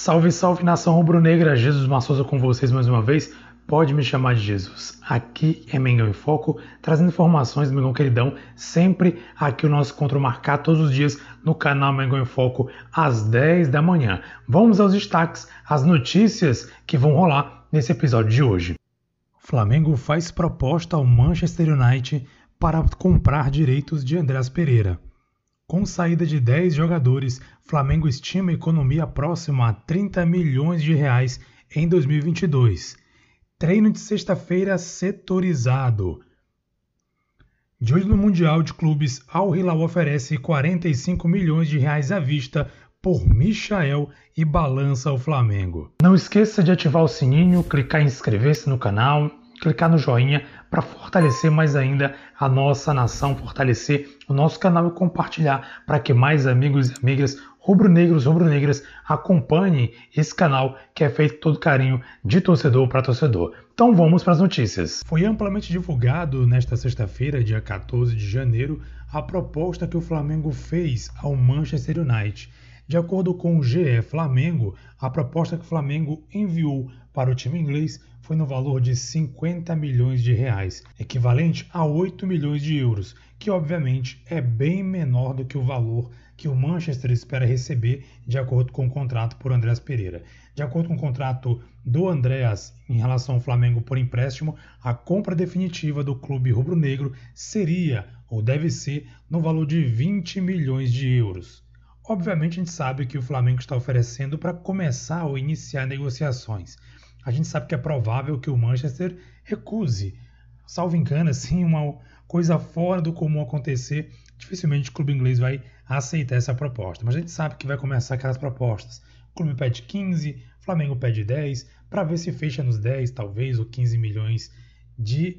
Salve, salve, nação rubro-negra, Jesus Massosa com vocês mais uma vez, pode me chamar de Jesus. Aqui é Mengão em Foco, trazendo informações do Mengão Queridão, sempre aqui o nosso encontro marcado todos os dias no canal Mengão em Foco, às 10 da manhã. Vamos aos destaques, as notícias que vão rolar nesse episódio de hoje. O Flamengo faz proposta ao Manchester United para comprar direitos de Andreas Pereira. Com saída de 10 jogadores, Flamengo estima economia próxima a 30 milhões de reais em 2022. Treino de sexta-feira setorizado. De olho no Mundial de Clubes, Al Hilal oferece 45 milhões de reais à vista por Michael e balança o Flamengo. Não esqueça de ativar o sininho, clicar em inscrever-se no canal, clicar no joinha para fortalecer mais ainda a nossa nação, fortalecer o nosso canal e compartilhar para que mais amigos e amigas rubro-negros, rubro-negras acompanhem esse canal que é feito todo carinho de torcedor para torcedor. Então vamos para as notícias. Foi amplamente divulgado nesta sexta-feira, dia 14 de janeiro, a proposta que o Flamengo fez ao Manchester United. De acordo com o GE Flamengo, a proposta que o Flamengo enviou para o time inglês foi no valor de 50 milhões de reais, equivalente a 8 milhões de euros, que obviamente é bem menor do que o valor que o Manchester espera receber de acordo com o contrato por Andreas Pereira. De acordo com o contrato do Andreas em relação ao Flamengo por empréstimo, a compra definitiva do clube rubro-negro seria, ou deve ser, no valor de 20 milhões de euros. Obviamente a gente sabe que o Flamengo está oferecendo para começar ou iniciar negociações. A gente sabe que é provável que o Manchester recuse. Salvo engano, assim, uma coisa fora do comum acontecer, dificilmente o clube inglês vai aceitar essa proposta. Mas a gente sabe que vai começar aquelas propostas. O clube pede 15, o Flamengo pede 10, para ver se fecha nos 10, talvez, ou 15 milhões de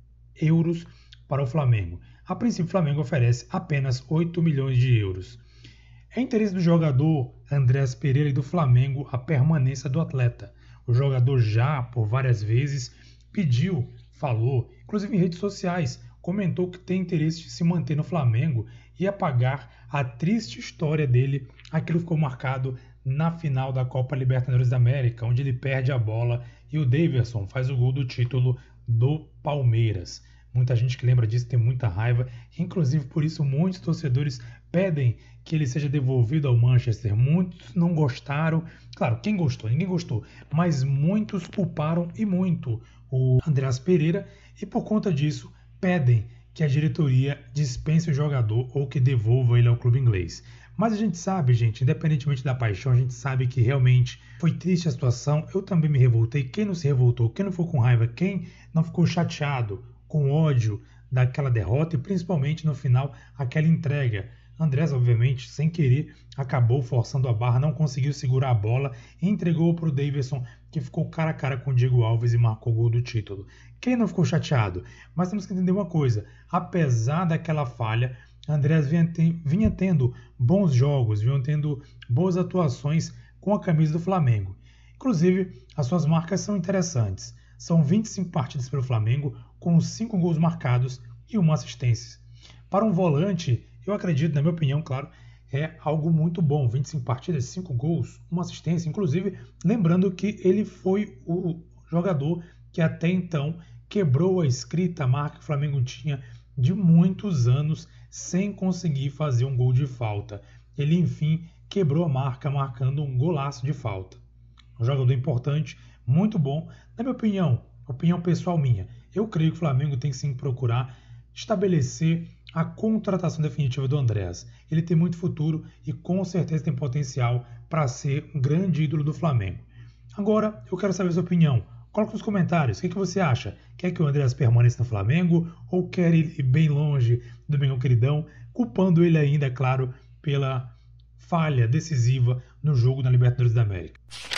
euros para o Flamengo. A princípio, o Flamengo oferece apenas 8 milhões de euros. É interesse do jogador Andreas Pereira e do Flamengo a permanência do atleta. O jogador já, por várias vezes, pediu, falou, inclusive em redes sociais, comentou que tem interesse de se manter no Flamengo e apagar a triste história dele, aquilo ficou marcado na final da Copa Libertadores da América, onde ele perde a bola e o Daverson faz o gol do título do Palmeiras. Muita gente que lembra disso tem muita raiva, inclusive por isso muitos torcedores pedem que ele seja devolvido ao Manchester. Muitos não gostaram, claro, quem gostou? Ninguém gostou, mas muitos culparam e muito o Andreas Pereira e por conta disso pedem que a diretoria dispense o jogador ou que devolva ele ao clube inglês. Mas a gente sabe, gente, independentemente da paixão, a gente sabe que realmente foi triste a situação. Eu também me revoltei. Quem não se revoltou? Quem não ficou com raiva? Quem não ficou chateado, com ódio daquela derrota e principalmente no final aquela entrega? Andrés, obviamente, sem querer, acabou forçando a barra, não conseguiu segurar a bola e entregou para o Daverson, que ficou cara a cara com o Diego Alves e marcou o gol do título. Quem não ficou chateado? Mas temos que entender uma coisa, apesar daquela falha, Andrés vinha tendo bons jogos, vinha tendo boas atuações com a camisa do Flamengo. Inclusive, as suas marcas são interessantes. São 25 partidas pelo Flamengo, com 5 gols marcados e 1 assistência. Para um volante, eu acredito, na minha opinião, claro, é algo muito bom. 25 partidas, 5 gols, 1 assistência. Inclusive, lembrando que ele foi o jogador que até então quebrou a escrita, a marca que o Flamengo tinha de muitos anos sem conseguir fazer um gol de falta. Ele, enfim, quebrou a marca marcando um golaço de falta. Um jogador importante, muito bom. Na minha opinião pessoal minha, eu creio que o Flamengo tem que sim procurar estabelecer a contratação definitiva do Andreas. Ele tem muito futuro e com certeza tem potencial para ser um grande ídolo do Flamengo. Agora, eu quero saber a sua opinião. Coloque nos comentários, o que você acha? Quer que o Andreas permaneça no Flamengo ou quer ele ir bem longe do Mengão Queridão, culpando ele ainda, é claro, pela falha decisiva no jogo na Libertadores da América?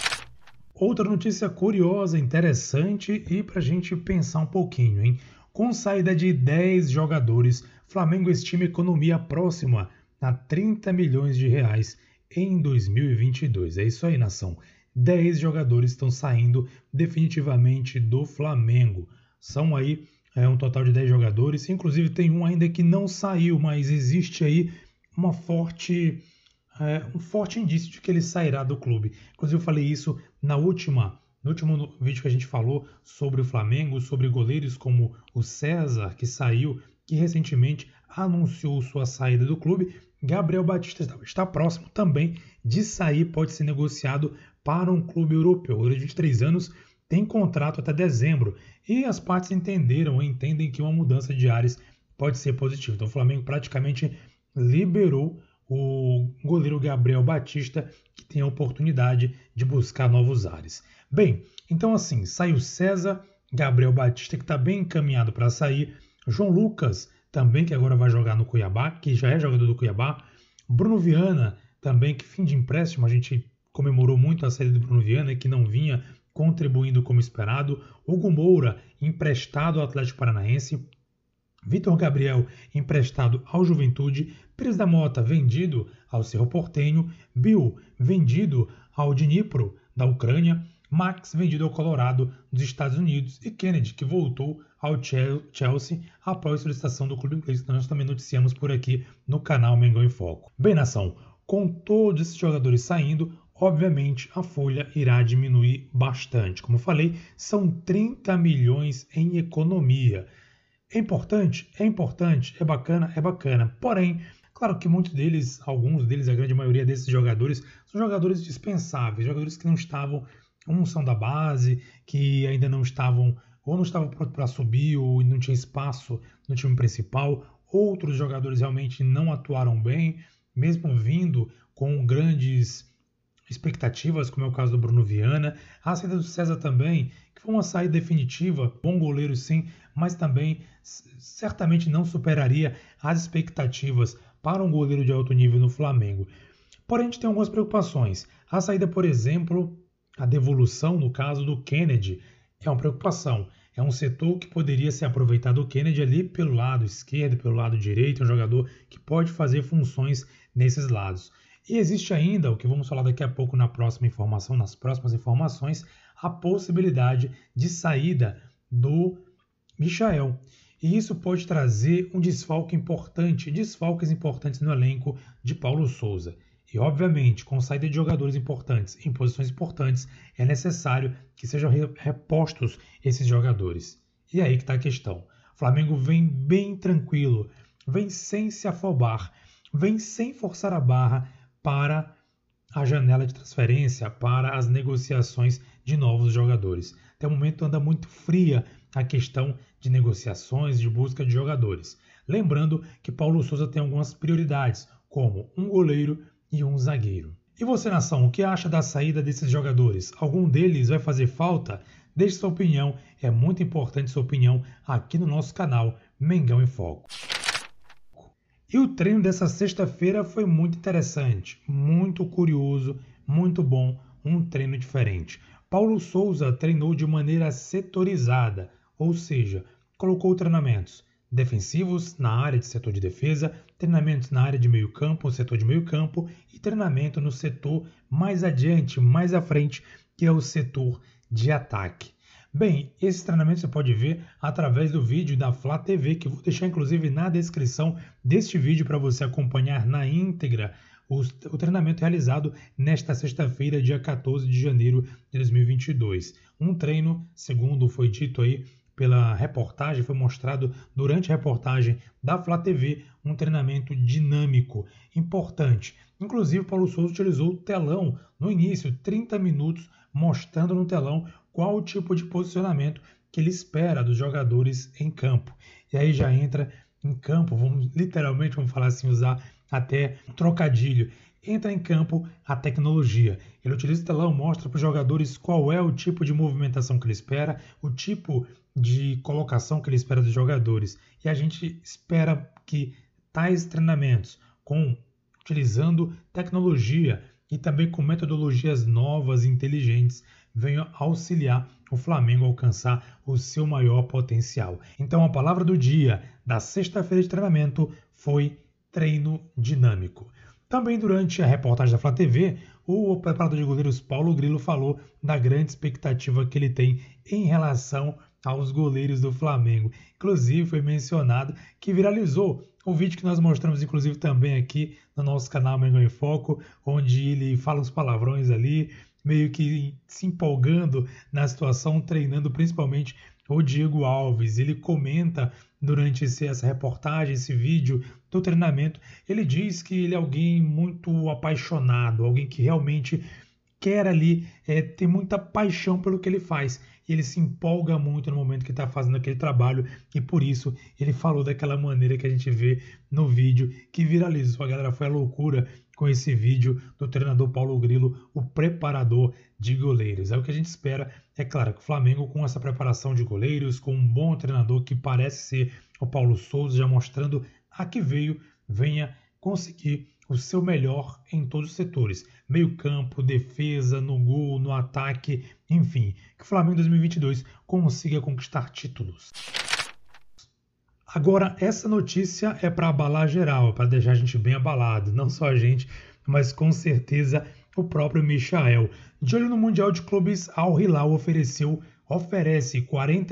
Outra notícia curiosa, interessante e para a gente pensar um pouquinho, hein? Com saída de 10 jogadores, Flamengo estima economia próxima a 30 milhões de reais em 2022. É isso aí, nação. 10 jogadores estão saindo definitivamente do Flamengo. São aí um total de 10 jogadores. Inclusive tem um ainda que não saiu, mas existe aí uma forte um forte indício de que ele sairá do clube. Inclusive eu falei isso no último vídeo que a gente falou sobre o Flamengo, sobre goleiros como o César, que saiu, que recentemente anunciou sua saída do clube. Gabriel Batista está próximo também de sair, pode ser negociado para um clube europeu. O goleiro de 23 anos tem contrato até dezembro e as partes entendem que uma mudança de ares pode ser positiva. Então o Flamengo praticamente liberou o goleiro Gabriel Batista, que tem a oportunidade de buscar novos ares. Bem, então assim, saiu César, Gabriel Batista, que está bem encaminhado para sair, João Lucas, também, que agora vai jogar no Cuiabá, que já é jogador do Cuiabá, Bruno Viana, também, que fim de empréstimo, a gente comemorou muito a saída do Bruno Viana, que não vinha contribuindo como esperado, Hugo Moura, emprestado ao Atlético Paranaense, Vitor Gabriel, emprestado ao Juventude, Pires da Mota, vendido ao Cerro Porteño, Bill, vendido ao Dnipro, da Ucrânia, Max, vendido ao Colorado, dos Estados Unidos, e Kennedy, que voltou ao Chelsea após solicitação do clube inglês, que nós também noticiamos por aqui no canal Mengão em Foco. Bem, nação, com todos esses jogadores saindo, obviamente a folha irá diminuir bastante. Como eu falei, são 30 milhões em economia. É importante? É importante. É bacana. Porém, claro que muitos deles, alguns deles, a grande maioria desses jogadores, são jogadores dispensáveis, jogadores que não estavam, uns são da base, que ainda não estavam, ou não estavam prontos para subir, ou não tinha espaço no time principal. Outros jogadores realmente não atuaram bem, mesmo vindo com grandes expectativas, como é o caso do Bruno Viana. A saída do César também, que foi uma saída definitiva, bom goleiro sim, mas também certamente não superaria as expectativas para um goleiro de alto nível no Flamengo. Porém, a gente tem algumas preocupações. A saída, por exemplo, a devolução, no caso do Kennedy, é uma preocupação. É um setor que poderia ser aproveitado o Kennedy ali pelo lado esquerdo, pelo lado direito, é um jogador que pode fazer funções nesses lados. E existe ainda, o que vamos falar daqui a pouco nas próximas informações, a possibilidade de saída do Michael. E isso pode trazer um desfalques importantes no elenco de Paulo Sousa. E, obviamente, com saída de jogadores importantes em posições importantes, é necessário que sejam repostos esses jogadores. E aí que está a questão. O Flamengo vem bem tranquilo, vem sem se afobar, vem sem forçar a barra para a janela de transferência, para as negociações de novos jogadores. Até o momento anda muito fria a questão de negociações, de busca de jogadores. Lembrando que Paulo Sousa tem algumas prioridades, como um goleiro e um zagueiro. E você, nação, o que acha da saída desses jogadores? Algum deles vai fazer falta? Deixe sua opinião, é muito importante sua opinião aqui no nosso canal Mengão em Foco. E o treino dessa sexta-feira foi muito interessante, muito curioso, muito bom, um treino diferente. Paulo Sousa treinou de maneira setorizada, ou seja, colocou treinamentos defensivos na área de setor de defesa, treinamentos na área de meio campo, setor de meio campo, e treinamento no setor mais adiante, mais à frente, que é o setor de ataque. Bem, esse treinamento você pode ver através do vídeo da Flá TV, que eu vou deixar inclusive na descrição deste vídeo para você acompanhar na íntegra o treinamento realizado nesta sexta-feira, dia 14 de janeiro de 2022. Um treino, segundo foi dito aí pela reportagem, foi mostrado durante a reportagem da Flá TV, um treinamento dinâmico, importante. Inclusive, Paulo Sousa utilizou o telão no início, 30 minutos, mostrando no telão qual o tipo de posicionamento que ele espera dos jogadores em campo. E aí já entra em campo, vamos falar assim, usar até um trocadilho. Entra em campo a tecnologia. Ele utiliza o telão, mostra para os jogadores qual é o tipo de movimentação que ele espera, o tipo de colocação que ele espera dos jogadores. E a gente espera que tais treinamentos, utilizando tecnologia e também com metodologias novas e inteligentes, venham auxiliar o Flamengo a alcançar o seu maior potencial. Então a palavra do dia da sexta-feira de treinamento foi treino dinâmico. Também durante a reportagem da Flá TV, o preparador de goleiros Paulo Grilo falou da grande expectativa que ele tem em relação aos goleiros do Flamengo. Inclusive foi mencionado que viralizou o vídeo que nós mostramos, inclusive, também aqui no nosso canal Mengão em Foco, onde ele fala uns palavrões ali, meio que se empolgando na situação, treinando principalmente o Diego Alves. Ele comenta durante essa reportagem, esse vídeo do treinamento, ele diz que ele é alguém muito apaixonado, alguém que realmente quer ali ter muita paixão pelo que ele faz. Ele se empolga muito no momento que está fazendo aquele trabalho e por isso ele falou daquela maneira que a gente vê no vídeo que viralizou. A galera foi à loucura com esse vídeo do treinador Paulo Grilo, o preparador de goleiros. É o que a gente espera, é claro, que o Flamengo com essa preparação de goleiros, com um bom treinador que parece ser o Paulo Souza, já mostrando a que veio, venha conseguir o seu melhor em todos os setores, meio campo, defesa, no gol, no ataque, enfim, que o Flamengo em 2022 consiga conquistar títulos. Agora, essa notícia é para abalar geral, para deixar a gente bem abalado, não só a gente, mas com certeza o próprio Michael. De olho no Mundial de Clubes, Al Hilal oferece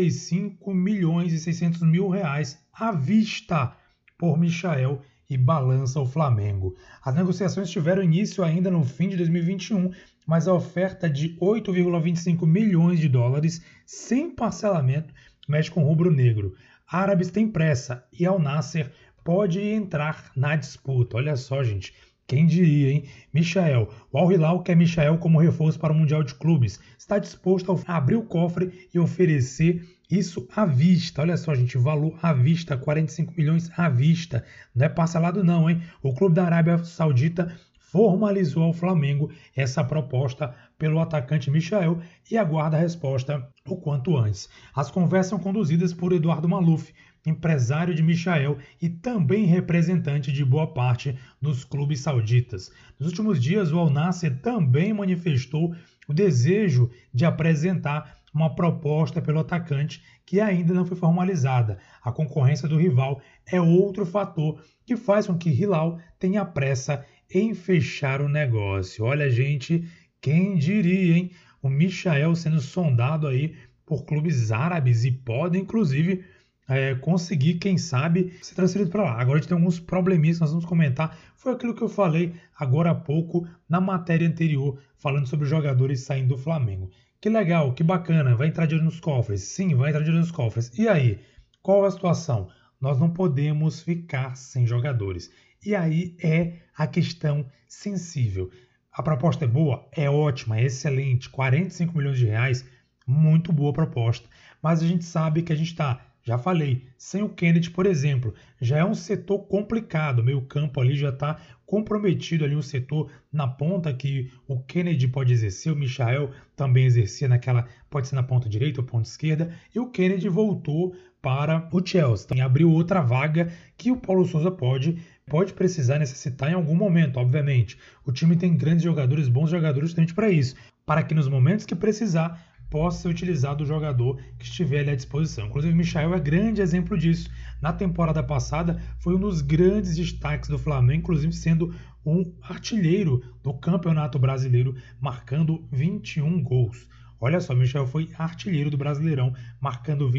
45 milhões e 600 mil reais à vista por Michael e balança o Flamengo. As negociações tiveram início ainda no fim de 2021, mas a oferta de 8,25 milhões de dólares sem parcelamento mexe com o rubro-negro. Árabes têm pressa e Al Nassr pode entrar na disputa. Olha só, gente. Quem diria, hein? Michael. O Al Hilal quer Michael como reforço para o Mundial de Clubes. Está disposto a abrir o cofre e oferecer isso à vista. Olha só, gente, valor à vista, 45 milhões à vista. Não é parcelado não, hein? O clube da Arábia Saudita formalizou ao Flamengo essa proposta pelo atacante Michael e aguarda a resposta o quanto antes. As conversas são conduzidas por Eduardo Maluf, empresário de Michael e também representante de boa parte dos clubes sauditas. Nos últimos dias, o Al Nassr também manifestou o desejo de apresentar uma proposta pelo atacante que ainda não foi formalizada. A concorrência do rival é outro fator que faz com que Hilal tenha pressa em fechar o negócio. Olha, gente, quem diria, hein? O Michael sendo sondado aí por clubes árabes e pode, inclusive, conseguir, quem sabe, ser transferido para lá. Agora a gente tem alguns probleminhas que nós vamos comentar. Foi aquilo que eu falei agora há pouco na matéria anterior, falando sobre os jogadores saindo do Flamengo. Que legal, que bacana, vai entrar dinheiro nos cofres. Sim, vai entrar dinheiro nos cofres. E aí, qual é a situação? Nós não podemos ficar sem jogadores. E aí é a questão sensível. A proposta é boa? É ótima, é excelente. 45 milhões de reais, muito boa proposta. Mas a gente sabe que a gente está, já falei, sem o Kennedy, por exemplo. Já é um setor complicado. O meio campo ali já está comprometido ali, um setor na ponta que o Kennedy pode exercer, o Michael também exercia naquela, pode ser na ponta direita ou ponta esquerda, e o Kennedy voltou para o Chelsea. Então, abriu outra vaga que o Paulo Souza pode precisar, necessitar em algum momento, obviamente. O time tem grandes jogadores, bons jogadores justamente para isso, para que nos momentos que precisar possa ser utilizado o jogador que estiver ali à disposição. Inclusive, o Michael é grande exemplo disso. Na temporada passada, foi um dos grandes destaques do Flamengo, inclusive sendo um artilheiro do Campeonato Brasileiro, marcando 21 gols. Olha só, o Michael foi artilheiro do Brasileirão, marcando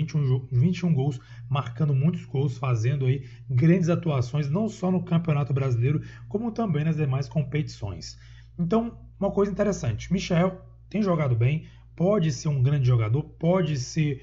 21 gols, marcando muitos gols, fazendo aí grandes atuações, não só no Campeonato Brasileiro, como também nas demais competições. Então, uma coisa interessante, Michael tem jogado bem, pode ser um grande jogador, pode ser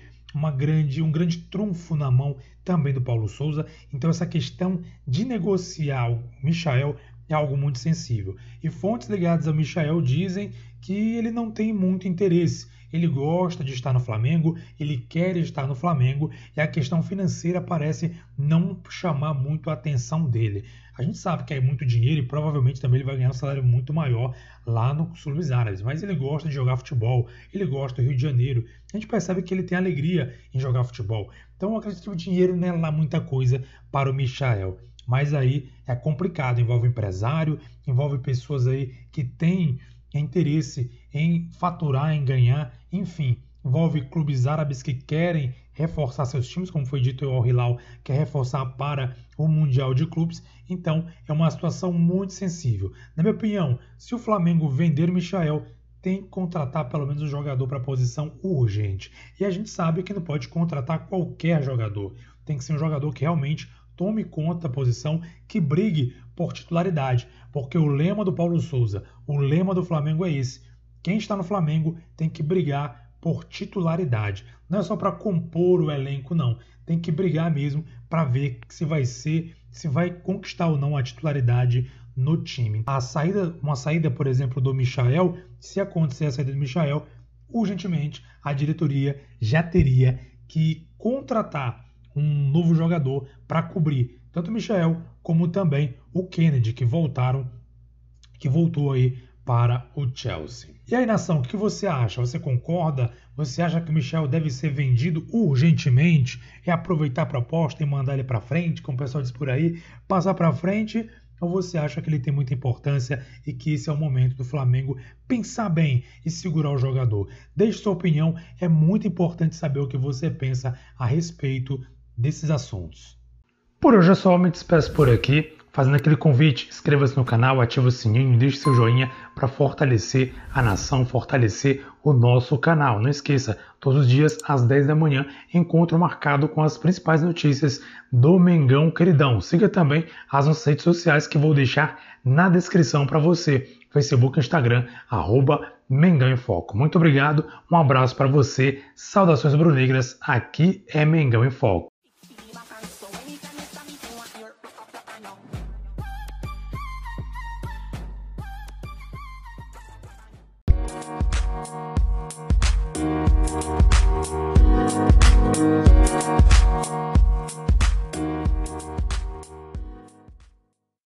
um grande trunfo na mão também do Paulo Souza. Então essa questão de negociar o Michael é algo muito sensível. E fontes ligadas ao Michael dizem que ele não tem muito interesse. Ele gosta de estar no Flamengo, ele quer estar no Flamengo e a questão financeira parece não chamar muito a atenção dele. A gente sabe que é muito dinheiro e provavelmente também ele vai ganhar um salário muito maior lá nos clubes árabes, mas ele gosta de jogar futebol, ele gosta do Rio de Janeiro. A gente percebe que ele tem alegria em jogar futebol. Então eu acredito que o dinheiro não é lá muita coisa para o Michael. Mas aí é complicado, envolve empresário, envolve pessoas aí que têm interesse em faturar, em ganhar, enfim, envolve clubes árabes que querem reforçar seus times, como foi dito, o Al Hilal quer reforçar para o Mundial de Clubes, então é uma situação muito sensível. Na minha opinião, se o Flamengo vender o Michael, tem que contratar pelo menos um jogador para a posição urgente. E a gente sabe que não pode contratar qualquer jogador, tem que ser um jogador que realmente tome conta da posição, que brigue por titularidade, porque o lema do Paulo Souza, o lema do Flamengo é esse: quem está no Flamengo tem que brigar por titularidade. Não é só para compor o elenco, não. Tem que brigar mesmo para ver se vai conquistar ou não a titularidade no time. Uma saída, por exemplo, do Michael, se acontecer a saída do Michael, urgentemente a diretoria já teria que contratar um novo jogador para cobrir tanto o Michael como também o Kennedy, que voltou aí para o Chelsea. E aí, nação, o que você acha? Você concorda? Você acha que o Michael deve ser vendido urgentemente? É aproveitar a proposta e mandar ele para frente, como o pessoal diz por aí, passar para frente? Ou você acha que ele tem muita importância e que esse é o momento do Flamengo pensar bem e segurar o jogador? Deixe sua opinião, é muito importante saber o que você pensa a respeito desses assuntos. Por hoje é só, me despeço por aqui, fazendo aquele convite: inscreva-se no canal, ative o sininho e deixe seu joinha para fortalecer a nação, fortalecer o nosso canal. Não esqueça, todos os dias às 10 da manhã, encontro marcado com as principais notícias do Mengão Queridão. Siga também as nossas redes sociais que vou deixar na descrição para você: Facebook, Instagram, @Mengão em Foco. Muito obrigado, um abraço para você, saudações rubro-negras, aqui é Mengão em Foco.